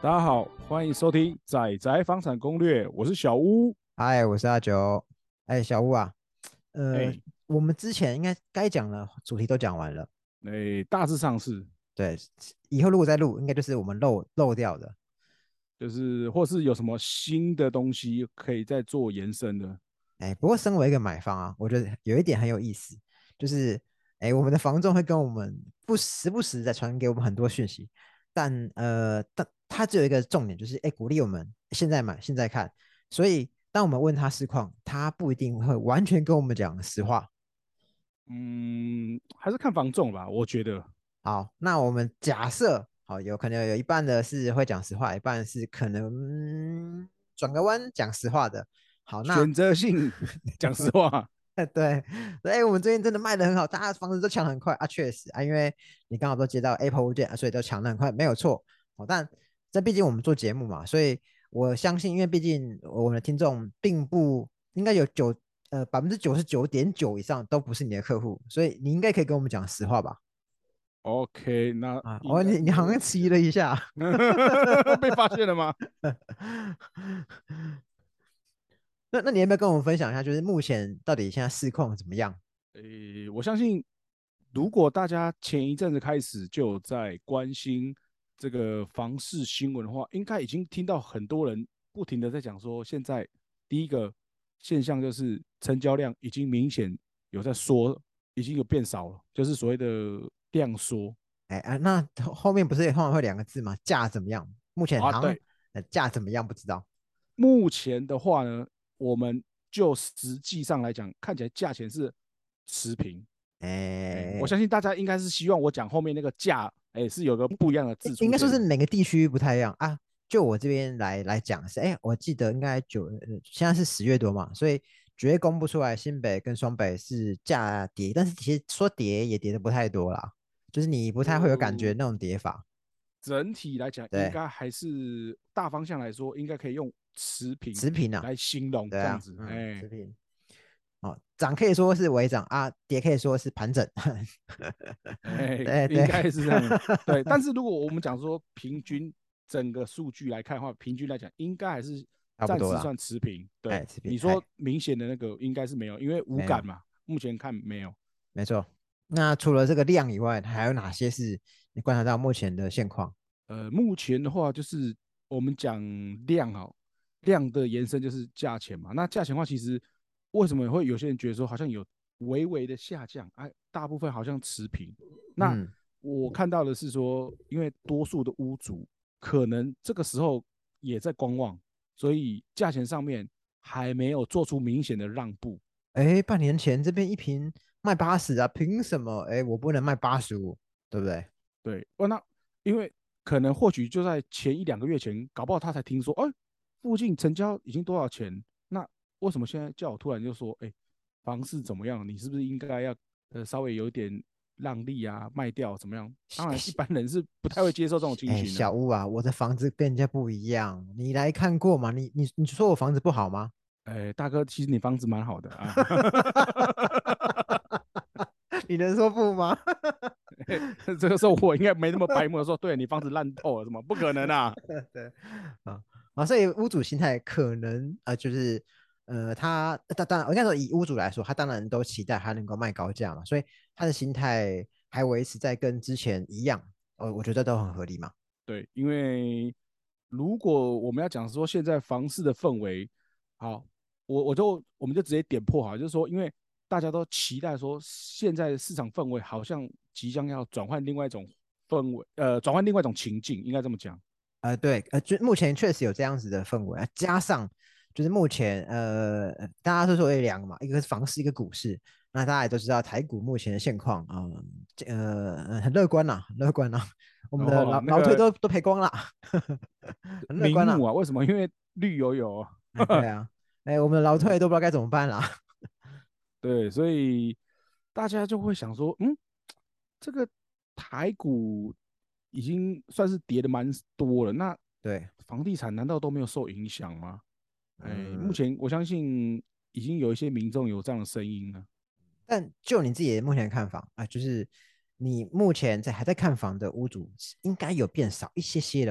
大家好，欢迎收听仔仔房产攻略，我是小屋。 嗨，我是阿九。哎，小吴啊，呃， 哎我们之前应该该讲的主题都讲完了。 哎，大致上是对，以后如果再录，应该就是我们漏掉的。 就是或是有什么新的东西可以再做延伸的。 哎，不过身为一个买方啊，我觉得有一点很有意思，就是我们的房仲会跟我们时不时在传给我们很多讯息，但他只有一个重点，就是鼓励我们现在买现在看。所以当我们问他实况，他不一定会完全跟我们讲实话。 还是看房仲吧，我觉得好，那我们假设，好，有可能有一半的是会讲实话，一半是可能转个弯讲实话的。好，那选择性讲实话。 对，我们最近真的卖的很好，大家房子都抢得很快啊，确实啊，因为你刚好都接到 Apple 物件啊，所以都抢得很快，没有错。哦，但这毕竟我们做节目嘛，所以我相信，因为毕竟我们的听众并不应该有99.9%以上都不是你的客户，所以你应该可以跟我们讲实话吧？ OK，那啊，哦， 应该你好像没问题。 迟疑了一下。 被发现了吗？ 那你要不要跟我们分享一下，就是目前到底现在市况怎么样？ 我相信，如果大家前一阵子开始就有在关心这个房市新闻的话，应该已经听到很多人不停的在讲说，现在第一个现象就是成交量已经明显有在缩，已经有变少了，就是所谓的量缩那后面不是通常会两个字吗？价怎么样？目前啊。 好像对， 价怎么样不知道。 目前的话呢，我们就实际上来讲，看起来价钱是持平。我哎， 相信大家应该是希望我讲后面那个价，是有个不一样的字应该说是出现的。 每个地区不太一样啊。就我这边来讲是，我记得应该现在是10月多嘛，所以9月公布出来，新北跟双北是价跌，但是其实说跌也跌的不太多啦，就是你不太会有感觉呃， 那种跌法。 整体来讲，应对， 该还是大方向来说，应该可以用持平持平啊。 来形容， 对啊， 这样子。 持平。哦，涨可以说是微涨啊，跌可以说是盘整。对应对， 该是这样。对，但是如果我们讲说平均整个数据来看的话，平均来讲应该还是差不多啦。 暂时算持平。对， 持平， 你说明显的那个应该是没有，因为无没有， 感嘛，目前看没有。 没错。那除了这个量以外，还有哪些是你观察到目前的现况？ 目前的话就是我们讲量啊，量的延伸就是价钱嘛。那价钱的话，其实为什么会有些人觉得说好像有微微的下降，哎，大部分好像持平。那嗯， 我看到的是说，因为多数的屋主可能这个时候也在观望，所以价钱上面还没有做出明显的让步。 半年前这边一瓶卖80啊，凭什么？我不能卖85，对不对？ 对，那因为可能或许就在前一两个月前，搞不好他才听说，哎，附近成交已经多少钱？那为什么现在叫我突然就说，哎，房市怎么样？你是不是应该要稍微有一点让利啊，卖掉怎么样？当然，一般人是不太会接受这种情形的。 小屋啊，我的房子跟人家不一样，你来看过吗？你说我房子不好吗？ 大哥，其实你房子蛮好的啊。 你能说不吗？ 这个时候我应该没那么白目的说，对你房子烂透了，什么不可能啊？ 对，所以屋主心态可能就是他当然，我应该说以屋主来说，他当然都期待他能够卖高价嘛，所以他的心态还维持在跟之前一样，我觉得都很合理嘛。 对，因为如果我们要讲说现在房市的氛围，好，我们就直接点破好，就是说，因为大家都期待说现在的市场氛围好像即将要转换另外一种氛围，转换另外一种情境，应该这么讲。 对，就目前确实有这样子的氛围啊，加上就是目前大家都说有两个嘛，一个是房市，一个股市。那大家也都知道台股目前的现况啊，很乐观啦，很乐观啦，我们的那个老退都赔光了。很乐观啦。 名目啊，为什么？因为绿油油。 对啊，我们的老退都不知道该怎么办啦。 对，所以大家就会想说，这个台股已经算是跌的蛮多了，那对， 房地产难道都没有受影响吗？目嗯， 前我相信已经有一些民众有这样的声音了。 但就你自己目前的看法就是你目前还在看房的屋主应该有变少一些些了吧？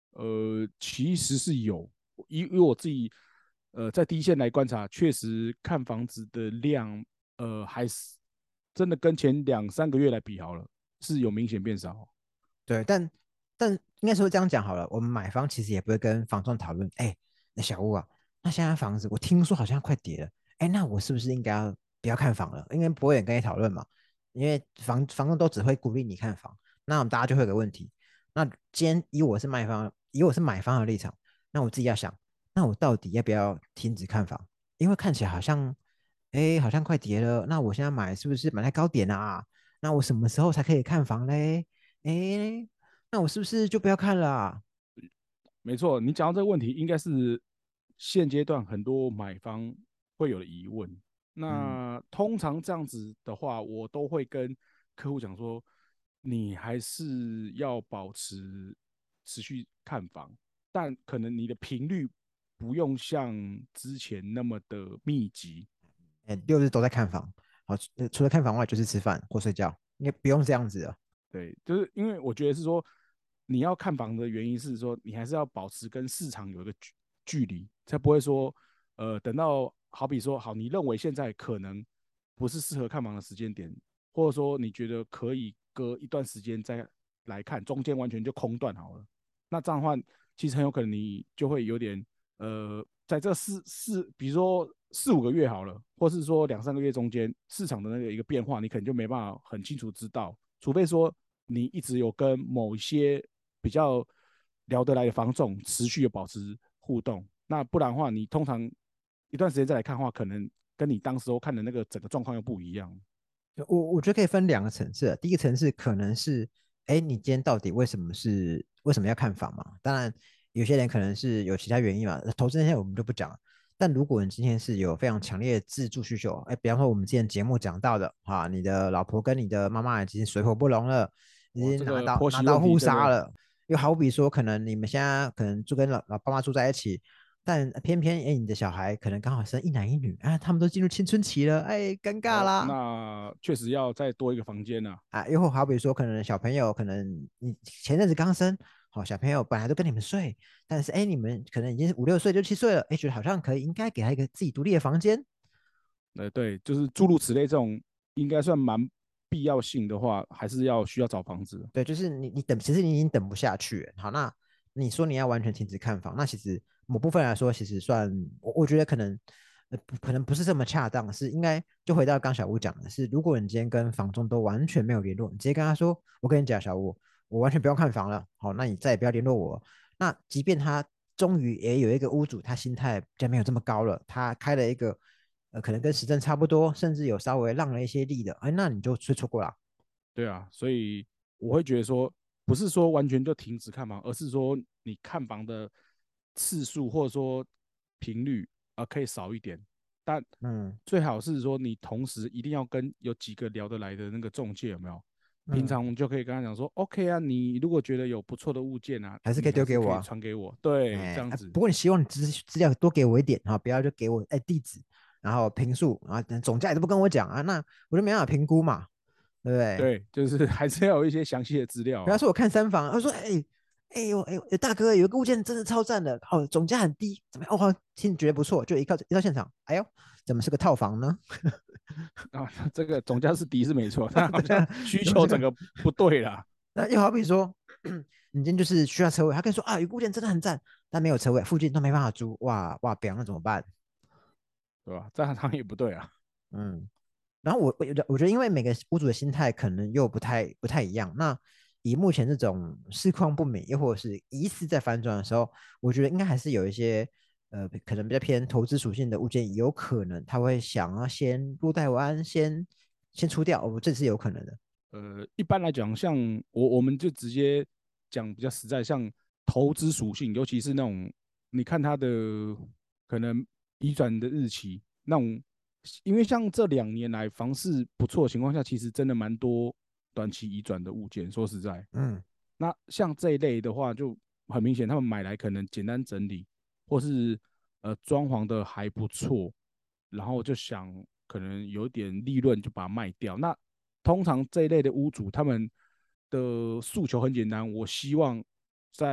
其实是有，以我自己在第一线来观察，确实看房子的量，还是真的跟前2、3个月来比好了，是有明显变少。 对，但应该说这样讲好了，我们买方其实也不会跟房东讨论，哎，那小屋啊，那现在房子我听说好像快跌了，哎，那我是不是应该要不要看房了？因为不会有人跟你讨论嘛，因为房东都只会鼓励你看房，那我们大家就会有个问题，那今天以我是卖方，以我是买方的立场，那我自己要想，那我到底要不要停止看房？因为看起来好像，哎，好像快跌了，那我现在买是不是买在高点了啊？那我什么时候才可以看房嘞？哎，那我是不是就不要看了啊？ 没错，你讲到这个问题，应该是现阶段很多买方会有的疑问。 嗯， 那通常这样子的话，我都会跟客户讲说，你还是要保持持续看房，但可能你的频率不用像之前那么的密集。 哎，6日都在看房，好，除了看房外就是吃饭或睡觉，应该不用这样子了。 对，就是因为我觉得是说，你要看房的原因是说，你还是要保持跟市场有一个距离，才不会说，等到好比说，好，你认为现在可能不是适合看房的时间点，或者说你觉得可以隔一段时间再来看，中间完全就空断好了，那这样的话，其实很有可能你就会有点，在这比如说4、5个月好了，或是说2、3个月中间，市场的那个一个变化，你可能就没办法很清楚知道。除非说你一直有跟某一些比较聊得来的房仲持续的保持互动，那不然的话，你通常一段时间再来看的话，可能跟你当时候看的那个整个状况又不一样。 我觉得可以分2个层次啊，第一个层次可能是，哎，你今天到底为什么要看房嘛？当然，有些人可能是有其他原因嘛，投资那些我们就不讲了。但如果你今天是有非常强烈的自住需求，哎，比方说我们之前节目讲到的啊，你的老婆跟你的妈妈已经水火不容了，已哇， 经这个婆媳问题拿刀互真的， 杀了。又好比说，可能你们现在可能就跟老爸妈住在一起，但偏偏哎，你的小孩可能刚好生一男一女啊，他们都进入青春期了，哎，尴尬哦， 啦。 那确实要再多一个房间啊。 啊，又或好比说，可能小朋友，可能你前阵子刚生，好、小朋友本来都跟你们睡，但是哎，你们可能已经5、6岁、6、7岁了，哎，觉得好像可以，应该给他一个自己独立的房间。 对，就是诸如此类这种，应该算蛮必要性的话，还是需要找房子。 对，就是你等，其实你已经等不下去了。好，那你说你要完全停止看房，那其实某部分来说，其实算我觉得可能可能不是这么恰当，是应该就回到刚小吴讲的是，如果你今天跟房东都完全没有联络，你直接跟他说，我跟你讲，小吴，我完全不用看房了，好，那你再也不要联络我。那即便他终于也有一个屋主，他心态比较没有这么高了，他开了一个可能跟时政差不多，甚至有稍微让了一些利的，哎，那你就吹错过了。 对啊，所以我会觉得说，不是说完全就停止看房，而是说你看房的次数或者说频率可以少一点，但嗯最好是说你同时一定要跟有几个聊得来的那个中介有没有？平嗯。 常我们就可以跟他讲说，OK 啊，你如果觉得有不错的物件啊， 还是可以你还是可以丢给我啊。 传给我，对，这哎， 样子， 不过你希望你资料多给我一点哈，不要就给我地址，然后平数啊，总价也都不跟我讲啊，那我就没办法评估嘛，对不对？ 对，就是还是要有一些详细的资料啊。 比方说我看3房，他说大哥有一个物件真的超赞的，哦总价很低，怎么样？哦，听觉得不错，就一到现场，哎呦，怎么是个套房呢？ 啊，这个总价是低是没错，但好像对啊， 需怎么这个？ 求整个不对啦， 那又好比说，你今天就是需要车位，他跟你说啊，有个物件真的很赞，但没有车位，附近都没办法租，哇哇，表那怎么办？ 对吧？这样好像也不对啊。 嗯。然后我觉得，因为每个屋主的心态可能又不太一样。那以目前这种市况不明，又或者是疑似在反转的时候，我觉得应该还是有一些可能比较偏投资属性的物件，有可能他会想要先落袋为安，先出掉，这是有可能的。 一般来讲，像我们就直接讲比较实在，像投资属性，尤其是那种你看它的可能移转的日期，那种，因为像这2年来房市不错的情况下，其实真的蛮多短期移转的物件。说实在， 嗯那像这一类的话，就很明显，他们买来可能简单整理，或是装潢的还不错，然后就想可能有点利润就把它卖掉。那通常这一类的屋主，他们的诉求很简单，我希望在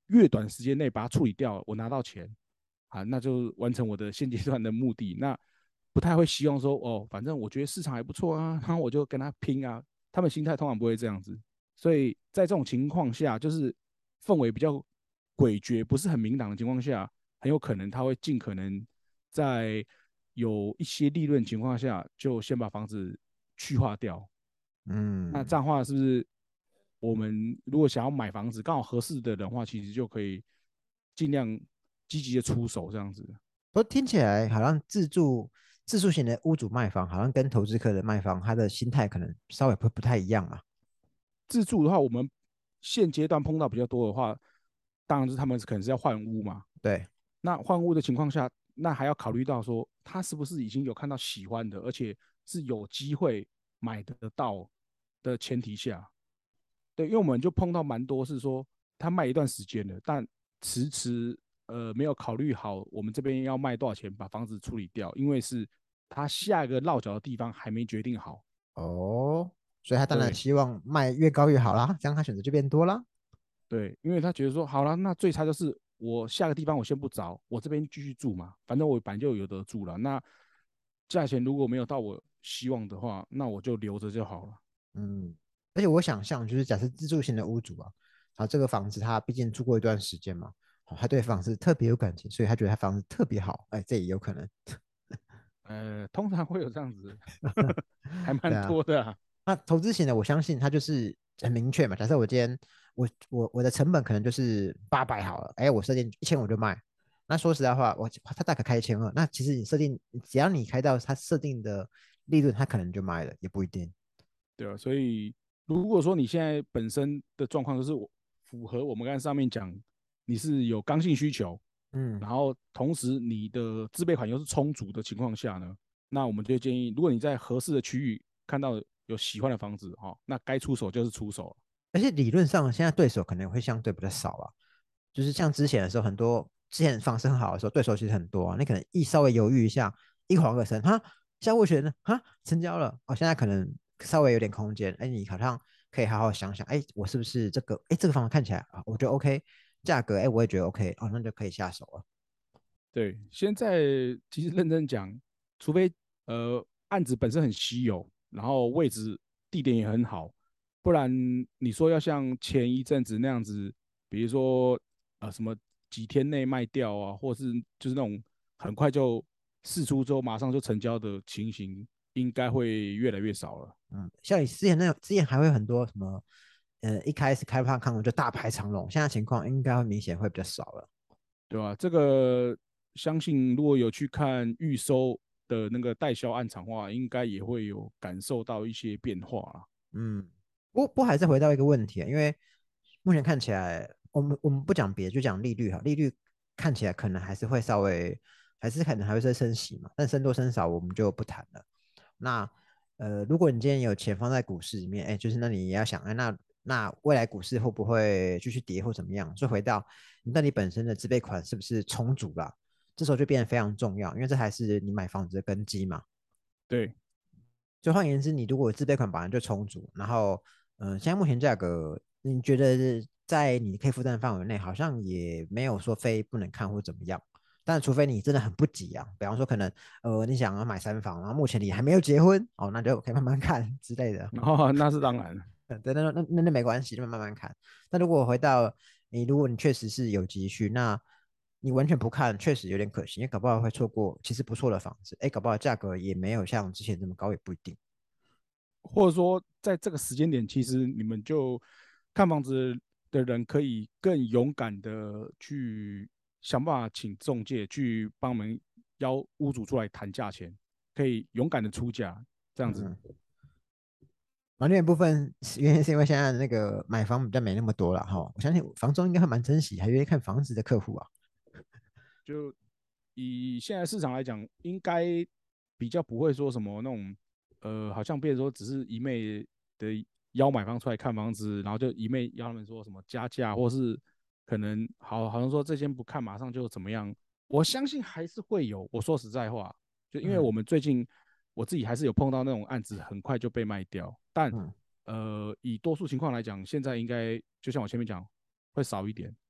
越短时间内把它处理掉，我拿到钱啊，那就完成我的现阶段的目的。那不太会希望说哦，反正我觉得市场还不错啊，然后我就跟他拼啊。他们心态通常不会这样子，所以在这种情况下，就是氛围比较诡谲、不是很明朗的情况下，很有可能他会尽可能在有一些利润情况下，就先把房子去化掉。那这嗯。 样的话，是不是我们如果想要买房子，刚好合适的人的话，其实就可以尽量积极的出手这样子。 不过听起来好像自住型的屋主卖房，好像跟投资客的卖方，他的心态可能稍微不太一样嘛。 自住的话，我们现阶段碰到比较多的话，当然是他们可能是要换屋嘛。 对。 那换屋的情况下，那还要考虑到说，他是不是已经有看到喜欢的，而且是有机会买得到的前提下，对，因为我们就碰到蛮多是说，他卖一段时间了，但迟迟没有考虑好我们这边要卖多少钱把房子处理掉，因为是他下一个落脚的地方还没决定好。 哦，所以他当然对希望卖越高越好啦，这样他选择就变多啦。 对，因为他觉得说，好了，那最差就是我下个地方我先不找，我这边继续住嘛，反正我本来就有得住了。那价钱如果没有到我希望的话，那我就留着就好了。 嗯，而且我想象就是假设自住型的屋主啊，啊这个房子他毕竟住过一段时间嘛，哦他对房子特别有感情，所以他觉得他房子特别好，哎，这也有可能。 通常会有这样子，还对蛮啊。 多的啊。 那投资型的，我相信它就是很明确嘛。假设我今天我的成本可能就是800好了，哎，我设定1500我就卖。那说实在话，他大可开1200，那其实你设定只要你开到他设定的利润，他可能就卖了，也不一定。 对啊，所以如果说你现在本身的状况就是符合我们刚才上面讲，你是有刚性需求， 嗯。 然后同时你的自备款又是充足的情况下呢，那我们就建议，如果你在合适的区域看到有喜欢的房子，哈、哦，那该出手就是出手了。 而且理论上现在对手可能会相对比较少啊，就是像之前的时候，很多之前房市很好的时候，对手其实很多啊，你可能稍微犹豫一下，一晃个神，哈，下过去呢，哈，成交了，哦，现在可能稍微有点空间，哎，你好像可以好好想想，哎，我是不是这个，哎，这个房子看起来啊，我觉得 OK，价格，哎，我也觉得 OK，哦，那就可以下手了。 对，现在其实认真讲，除非案子本身很稀有，然后位置地点也很好，不然你说要像前一阵子那样子，比如说什么几天内卖掉啊，或是就是那种很快就释出之后马上就成交的情形，应该会越来越少了， 嗯，像你之前那种，之前还会有很多什么，一开始开发看我就大排长龙，现在情况应该会明显会比较少了。 对吧？这个相信如果有去看预收的那个代销案场的话，应该也会有感受到一些变化啦。 嗯，不还是回到一个问题啊，因为目前看起来，我们不讲别的，就讲利率哈，利率看起来可能还是会稍微，还是可能还会再升息嘛，但升多升少我们就不谈了。那如果你今天有钱放在股市里面，哎，就是那你也要想，哎，那未来股市会不会继续跌或怎么样？所以回到你到底本身的自备款是不是充足啦？这时候就变得非常重要，因为这还是你买房子的根基嘛。 对， 就换言之，你如果自备款本来就充足，然后，现在目前价格，你觉得在你可以负担的范围内，好像也没有说非不能看或怎么样。但除非你真的很不急啊，比方说可能，你想要买3房，然后目前你还没有结婚，哦，那就可以慢慢看之类的。 然后那是当然， 对，那没关系，就慢慢看。但如果回到你，如果你确实是有急需，那你完全不看，确实有点可惜，因为搞不好会错过其实不错的房子，哎，搞不好价格也没有像之前这么高，也不一定。 或者说在这个时间点，其实你们就看房子的人可以更勇敢的去想办法请中介去帮我们邀屋主出来谈价钱，可以勇敢的出价，这样子。 嗯嗯。然后另一部分原因是因为现在那个买房比较没那么多了哈，我相信房东应该会蛮珍惜，还愿意看房子的客户啊。 就以现在市场来讲，应该比较不会说什么那种，好像变成说只是一昧的邀买方出来看房子，然后就一昧邀他们说什么加价，或是可能好像说这间不看马上就怎么样。我相信还是会有。我说实在话，就因为我嗯们最近我自己还是有碰到那种案子，很快就被卖掉。但嗯。 以多数情况来讲，现在应该就像我前面讲，会少一点。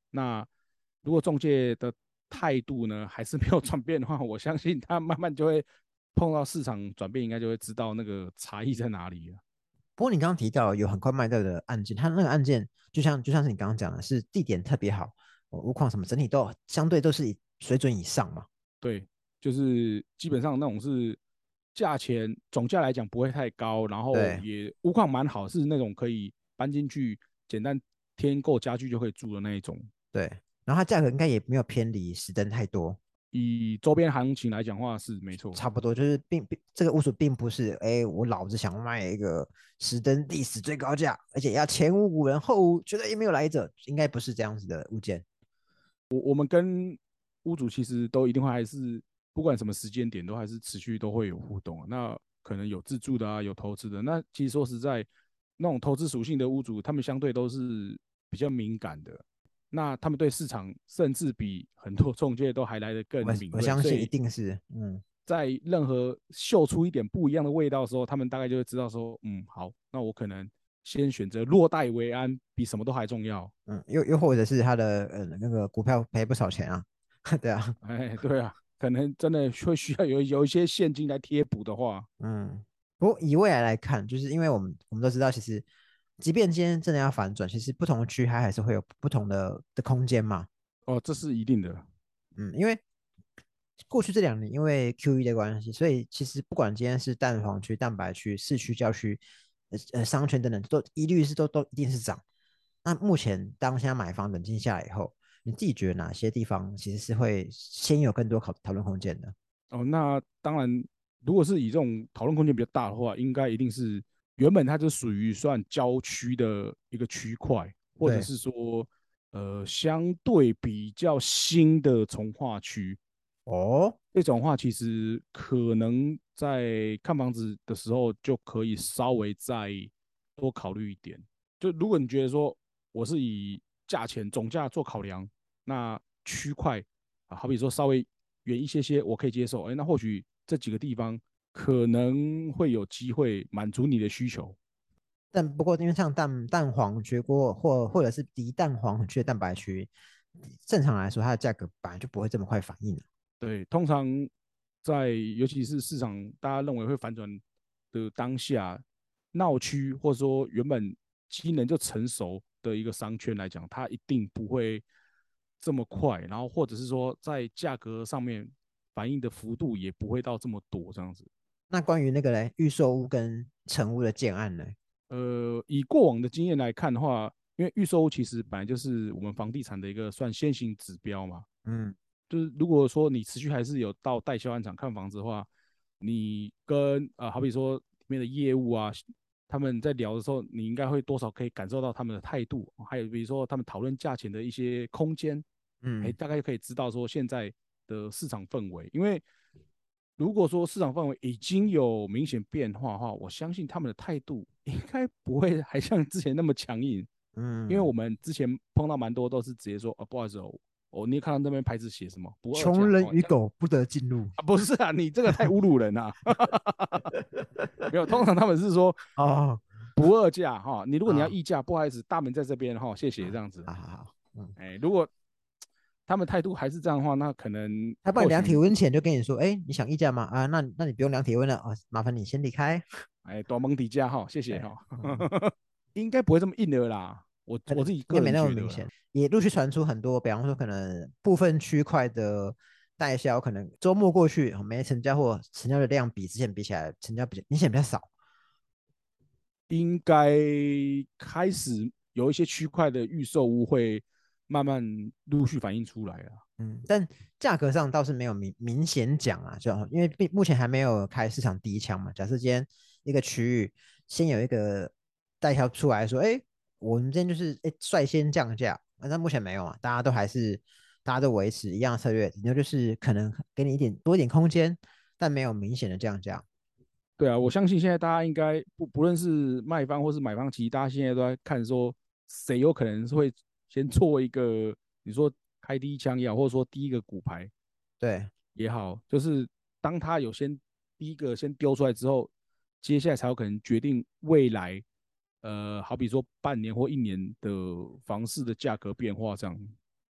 那如果中介的态度呢还是没有转变的话，我相信他慢慢就会碰到市场转变，应该就会知道那个差异在哪里了。 不过你刚刚提到有很快卖掉的案件，它那个案件就像是你刚刚讲的，是地点特别好，屋况什么整体都相对都是水准以上嘛。 对，就是基本上那种是价钱总价来讲不会太高，然后对也屋况蛮好，是那种可以搬进去简单添购家具就可以住的那一种。 对，然后它价格应该也没有偏离实登太多， 以周边行情来讲的话是没错。 差不多就是这个屋主并不是我老子想卖一个实登历史最高价，而且要前无古人后无绝对也没有来者，应该不是这样子的物件。 我们跟屋主其实都一定会还是不管什么时间点都还是持续都会有互动啊。那可能有自住的啊，有投资的。那其实说实在，那种投资属性的屋主，他们相对都是比较敏感的。那他们对市场甚至比很多中介都还来得更敏锐， 我相信一所以定是， 在任何嗅出一点不一样的味道的时候，他们大概就会知道说，好，那我可能先选择落袋为安，比什么都还重要。 又或者是他的那个股票赔不少钱啊，对啊， 哎，对啊，可能真的会需要有一些现金来贴补的话。 嗯，不过以未来来看，就是因为我们都知道，其实即便今天真的要反转，其实不同的区还是会有不同的空间嘛。 哦，这是一定的。 因为过去这2年因为 QE 的关系，所以其实不管今天是蛋黄区、蛋白区、市区、郊区、商圈等等，都一律是都一定是涨。那目前当下买房冷静下来以后，你自己觉得哪些地方其实是会先有更多讨论空间的？ 哦，那当然，如果是以这种讨论空间比较大的话，应该一定是原本它就属于算郊区的一个区块，或者对， 是说，相对比较新的从化区。 哦， 这种话其实可能在看房子的时候就可以稍微再多考虑一点。就如果你觉得说我是以价钱总价做考量，那区块啊，好比说稍微远一些些，我可以接受。哎，那或许这几个地方可能会有机会满足你的需求。 但不过因为像蛋黄区或者是低蛋黄区的蛋白区，正常来说它的价格本来就不会这么快反应了。 对，通常在尤其是市场大家认为会反转的当下，闹区或者说原本机能就成熟的一个商圈来讲，它一定不会这么快，然后或者是说在价格上面反应的幅度也不会到这么多这样子。 那关于那个嘞，预售屋跟成屋的建案呢？ 以过往的经验来看的话，因为预售屋其实本来就是我们房地产的一个算先行指标嘛， 嗯就是如果说你持续还是有到代销案场看房子的话，你跟好比说里面的业务啊，他们在聊的时候，你应该会多少可以感受到他们的态度，还有比如说他们讨论价钱的一些空间，哎， 嗯， 大概就可以知道说现在的市场氛围。因为如果说市场氛围已经有明显变化的话，我相信他们的态度应该不会还像之前那么强硬。因为我嗯， 们之前碰到蛮多都是直接说，不好意思哦，你也看到那边牌子写什么不二穷人价哦，这样与狗不得进入。 啊，不是啊，你这个太侮辱人了、没有，通常他们是说哦， 不二价哈，你如果你要啊议价，不好意思，大门在这边哈，谢谢这啊， 样子。 好好好， 哎，如果他们态度还是这样的话，那可能他帮你量体或许温前就跟你说，你想议价吗？啊，那你不用量体温了啊，麻烦你先离开。 哎多蒙底价哈，谢谢对， 哈，应该不会这么硬的啦，我自己个应该没人觉得啦。 那么明显。也陆续传出很多，比方说可能部分区块的代销，可能周末过去没成交，或成交的量比之前比起来，成交明显比较少。 应该开始有一些区块的预售屋会慢慢陆续反映出来了。 但价格上倒是没有明显讲啊，就因为目前还没有开市场第一枪嘛。假设今天一个区域先有一个代销出来说，我们今天就是率先降价，那目前没有啊，大家都维持一样的策略，也就是可能给你多一点空间，但没有明显的降价。 对啊，我相信现在大家应该不论是卖方或是买方，其实大家现在都在看说谁有可能是会先做一个你说开第一枪也好，或者说第一个骨牌对， 也好，就是当他有第一个先丢出来之后，接下来才有可能决定未来好比说半年或1年的房市的价格变化这样。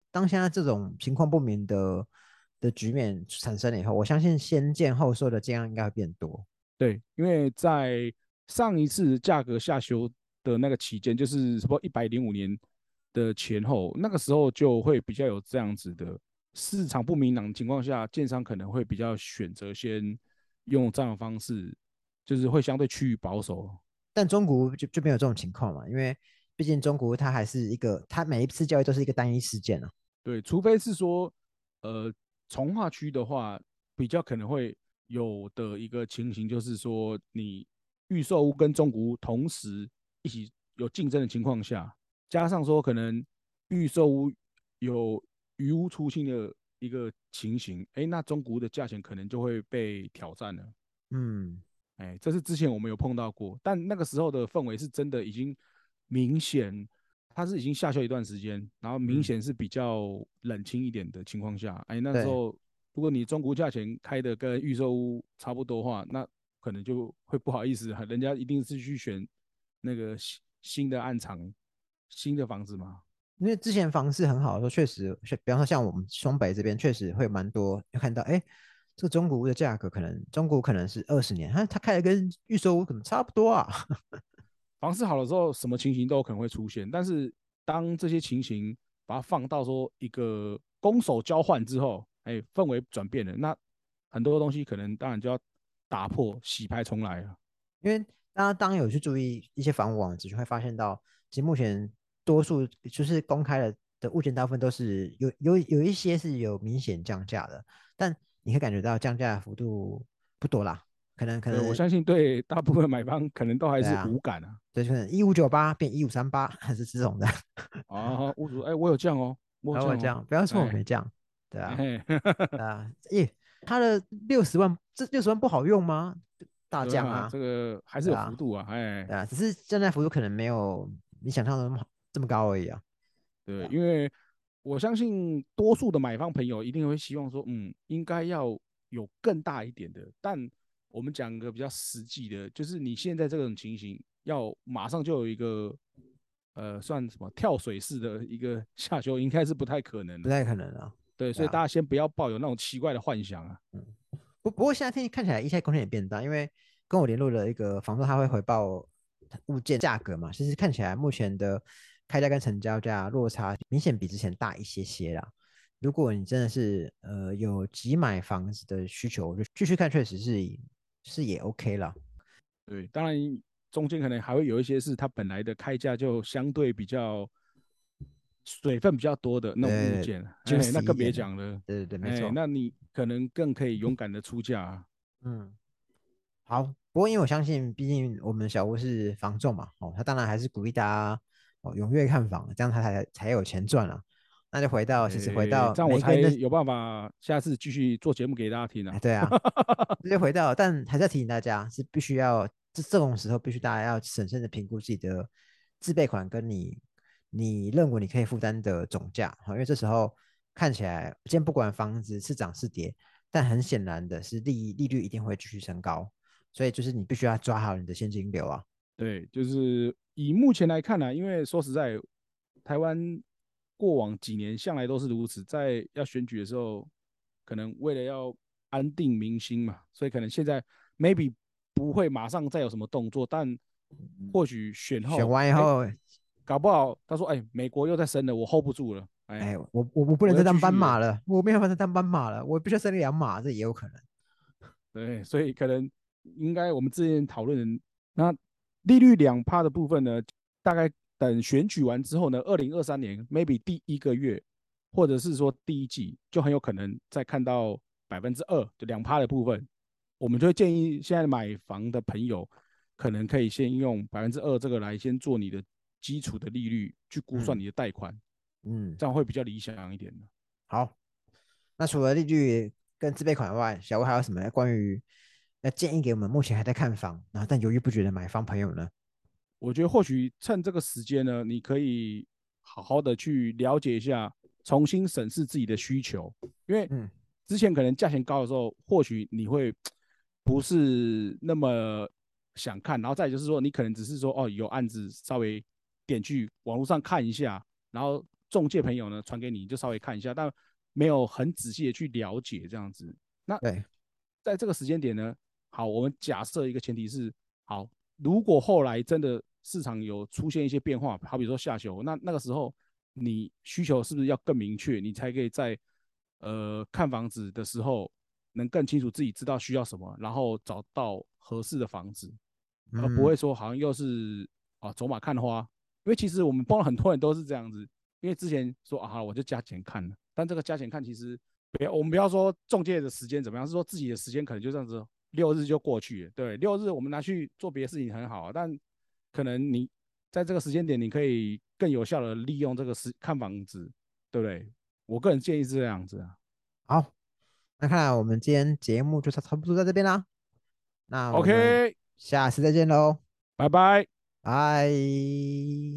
当现在这种情况不明的局面产生了以后，我相信先建后售的建案应该会变多。 对，因为在上一次价格下修的那个期间，就是什么105年的前后，那个时候就会比较有这样子的市场不明朗的情况下，建商可能会比较选择先用这样的方式，就是会相对趋于保守。 但中国就没有这种情况嘛，因为毕竟中国它还是一个，它每一次交易都是一个单一事件啊。 对，除非是说，从化区的话，比较可能会有的一个情形，就是说你预售屋跟中古屋同时一起有竞争的情况下，加上说可能预售屋有余屋出清的一个情形，哎，那中古屋的价钱可能就会被挑战了。 嗯哎，这是之前我们有碰到过，但那个时候的氛围是真的已经明显，它是已经下修一段时间，然后明嗯， 显是比较冷清一点的情况下，哎，那时对。 候如果你中古价钱开的跟预售屋差不多的话，那可能就会不好意思，人家一定是去选那个新的暗场、新的房子嘛。 因为之前房市很好的时候，确实，比方说像我们双北这边，确实会蛮多，就看到，哎，这个中古屋的价格可能中古可能是20年，它开的跟预售屋可能差不多啊。 房市好的时候，什么情形都有可能会出现。但是当这些情形把它放到说一个攻守交换之后，哎，氛围转变了，那很多东西可能当然就要打破，洗牌重来了。 因为大家当有去注意一些房屋网址，就会发现到，其实目前多数就是公开的物件，大部分都是有一些是有明显降价的，但你可以感觉到降价的幅度不多啦，可对，我能相信对大部分买方可能都还是对啊， 无感啊。 对，可能1598变1538，还是这种的。 啊，屋主，哎，我有降哦，我有降哦， 然后我这样，不要说我哎没这样，对啊， 哎， 啊，耶，他的60万，这60万不好用吗？大对啊， 降啊， 这个还是有幅对啊， 度啊，哎， 对啊，只是降价幅度可能没有你想象的这么高而已啊。对对， 啊， 因为我相信多数的买方朋友一定会希望说，应该要有更大一点的。但我们讲个比较实际的，就是你现在这种情形，要马上就有一个算什么跳水式的一个下修，应该是不太可能的。 不太可能啊。 对， 对啊， 所以大家先不要抱有那种奇怪的幻想啊。 嗯，不过现在天气看起来一切空间也变大，因为跟我联络的一个房东，他会回报物件价格嘛，其实看起来目前的开价跟成交价落差明显比之前大一些些啦。如果你真的是有急买房子的需求，我就继续看，确实是也 OK 了。 对，当然中间可能还会有一些是它本来的开价就相对比较水分比较多的那种物件，哎，那 juicy 一更别点的， 讲了， 对对对，没哎， 错。 那你可能更可以勇敢的出价啊。 嗯，好。不过因为我相信，毕竟我们小屋是房仲嘛，哦，他当然还是鼓励大家哦踊跃看房，这样他才有钱赚啊。那就其实回到这样我才每一个人的， 有办法下次继续做节目给大家听哎， 啊。 对啊，这就回到，但还是要提醒大家，是必须要这种时候必须大家要审慎的评估自己的自备款跟你认为你可以负担的总价，好，因为这时候看起来，今天不管房子是涨是跌，但很显然的是利率一定会继续升高，所以就是你必须要抓好你的现金流啊。 对，就是以目前来看呢、因为说实在，台湾过往几年向来都是如此，在要选举的时候，可能为了要安定民心嘛，所以可能现在 maybe 不会马上再有什么动作，但或许选选后，哎， 完以后， 搞不好他说，哎，美国又在升了，我 hold 不住了，哎， 哎，我不能我要再当继续了。 斑马了，我没有办法再当斑马了，我必须要升2码，这也有可能。 对，所以可能应该我们之前讨论的那利率2%的部分呢，大概等选举完之后呢，2023年 maybe 第一个月，或者是说第一季，就很有可能再看到2%，就2%的部分，我们就会建议现在买房的朋友，可能可以先用2%这个来先做你的基础的利率，去估算嗯你的贷款， 嗯， 这样会比较理想一点的。 好。那除了利率跟自备款外，小吴还有什么关于要建议给我们目前还在看房，然后但犹豫不决的买方朋友呢？ 我觉得或许趁这个时间呢，你可以好好的去了解一下，重新审视自己的需求，因为嗯之前可能价钱高的时候，或许你会不是那么想看，然后再就是说，你可能只是说哦有案子稍微点去网络上看一下，然后中介朋友呢传给你，就稍微看一下，但没有很仔细的去了解这样子。那对， 在这个时间点呢，好，我们假设一个前提是，好，如果后来真的市场有出现一些变化，好比说下修，那个时候你需求是不是要更明确，你才可以在看房子的时候能更清楚自己知道需要什么，然后找到合适的房子，而不嗯， 会说好像又是走马看花。因为其实我们碰到很多人都是这样子，因为之前说啊，我就加钱看了，但这个加钱看其实我们不要说中介的时间怎么样，是说自己的时间可能就这样子6日就过去了。对，6日我们拿去做别的事情很好，但可能你在这个时间点，你可以更有效的利用这个看房子，对不对？我个人建议是这样子啊。 好，那看来我们今天节目就差不多在这边啦。那我们 OK， 下次再见喽， 拜拜。 拜。